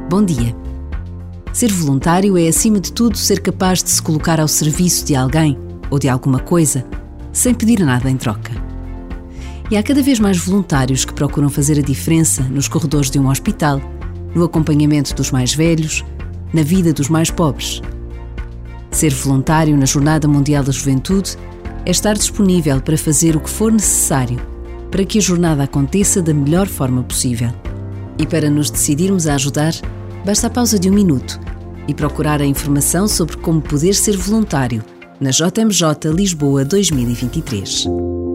Bom dia. Ser voluntário é, acima de tudo, ser capaz de se colocar ao serviço de alguém ou de alguma coisa, sem pedir nada em troca. E há cada vez mais voluntários que procuram fazer a diferença nos corredores de um hospital, no acompanhamento dos mais velhos, na vida dos mais pobres. Ser voluntário na Jornada Mundial da Juventude é estar disponível para fazer o que for necessário para que a jornada aconteça da melhor forma possível. E para nos decidirmos a ajudar, basta a pausa de 1 minuto e procurar a informação sobre como poder ser voluntário na JMJ Lisboa 2023.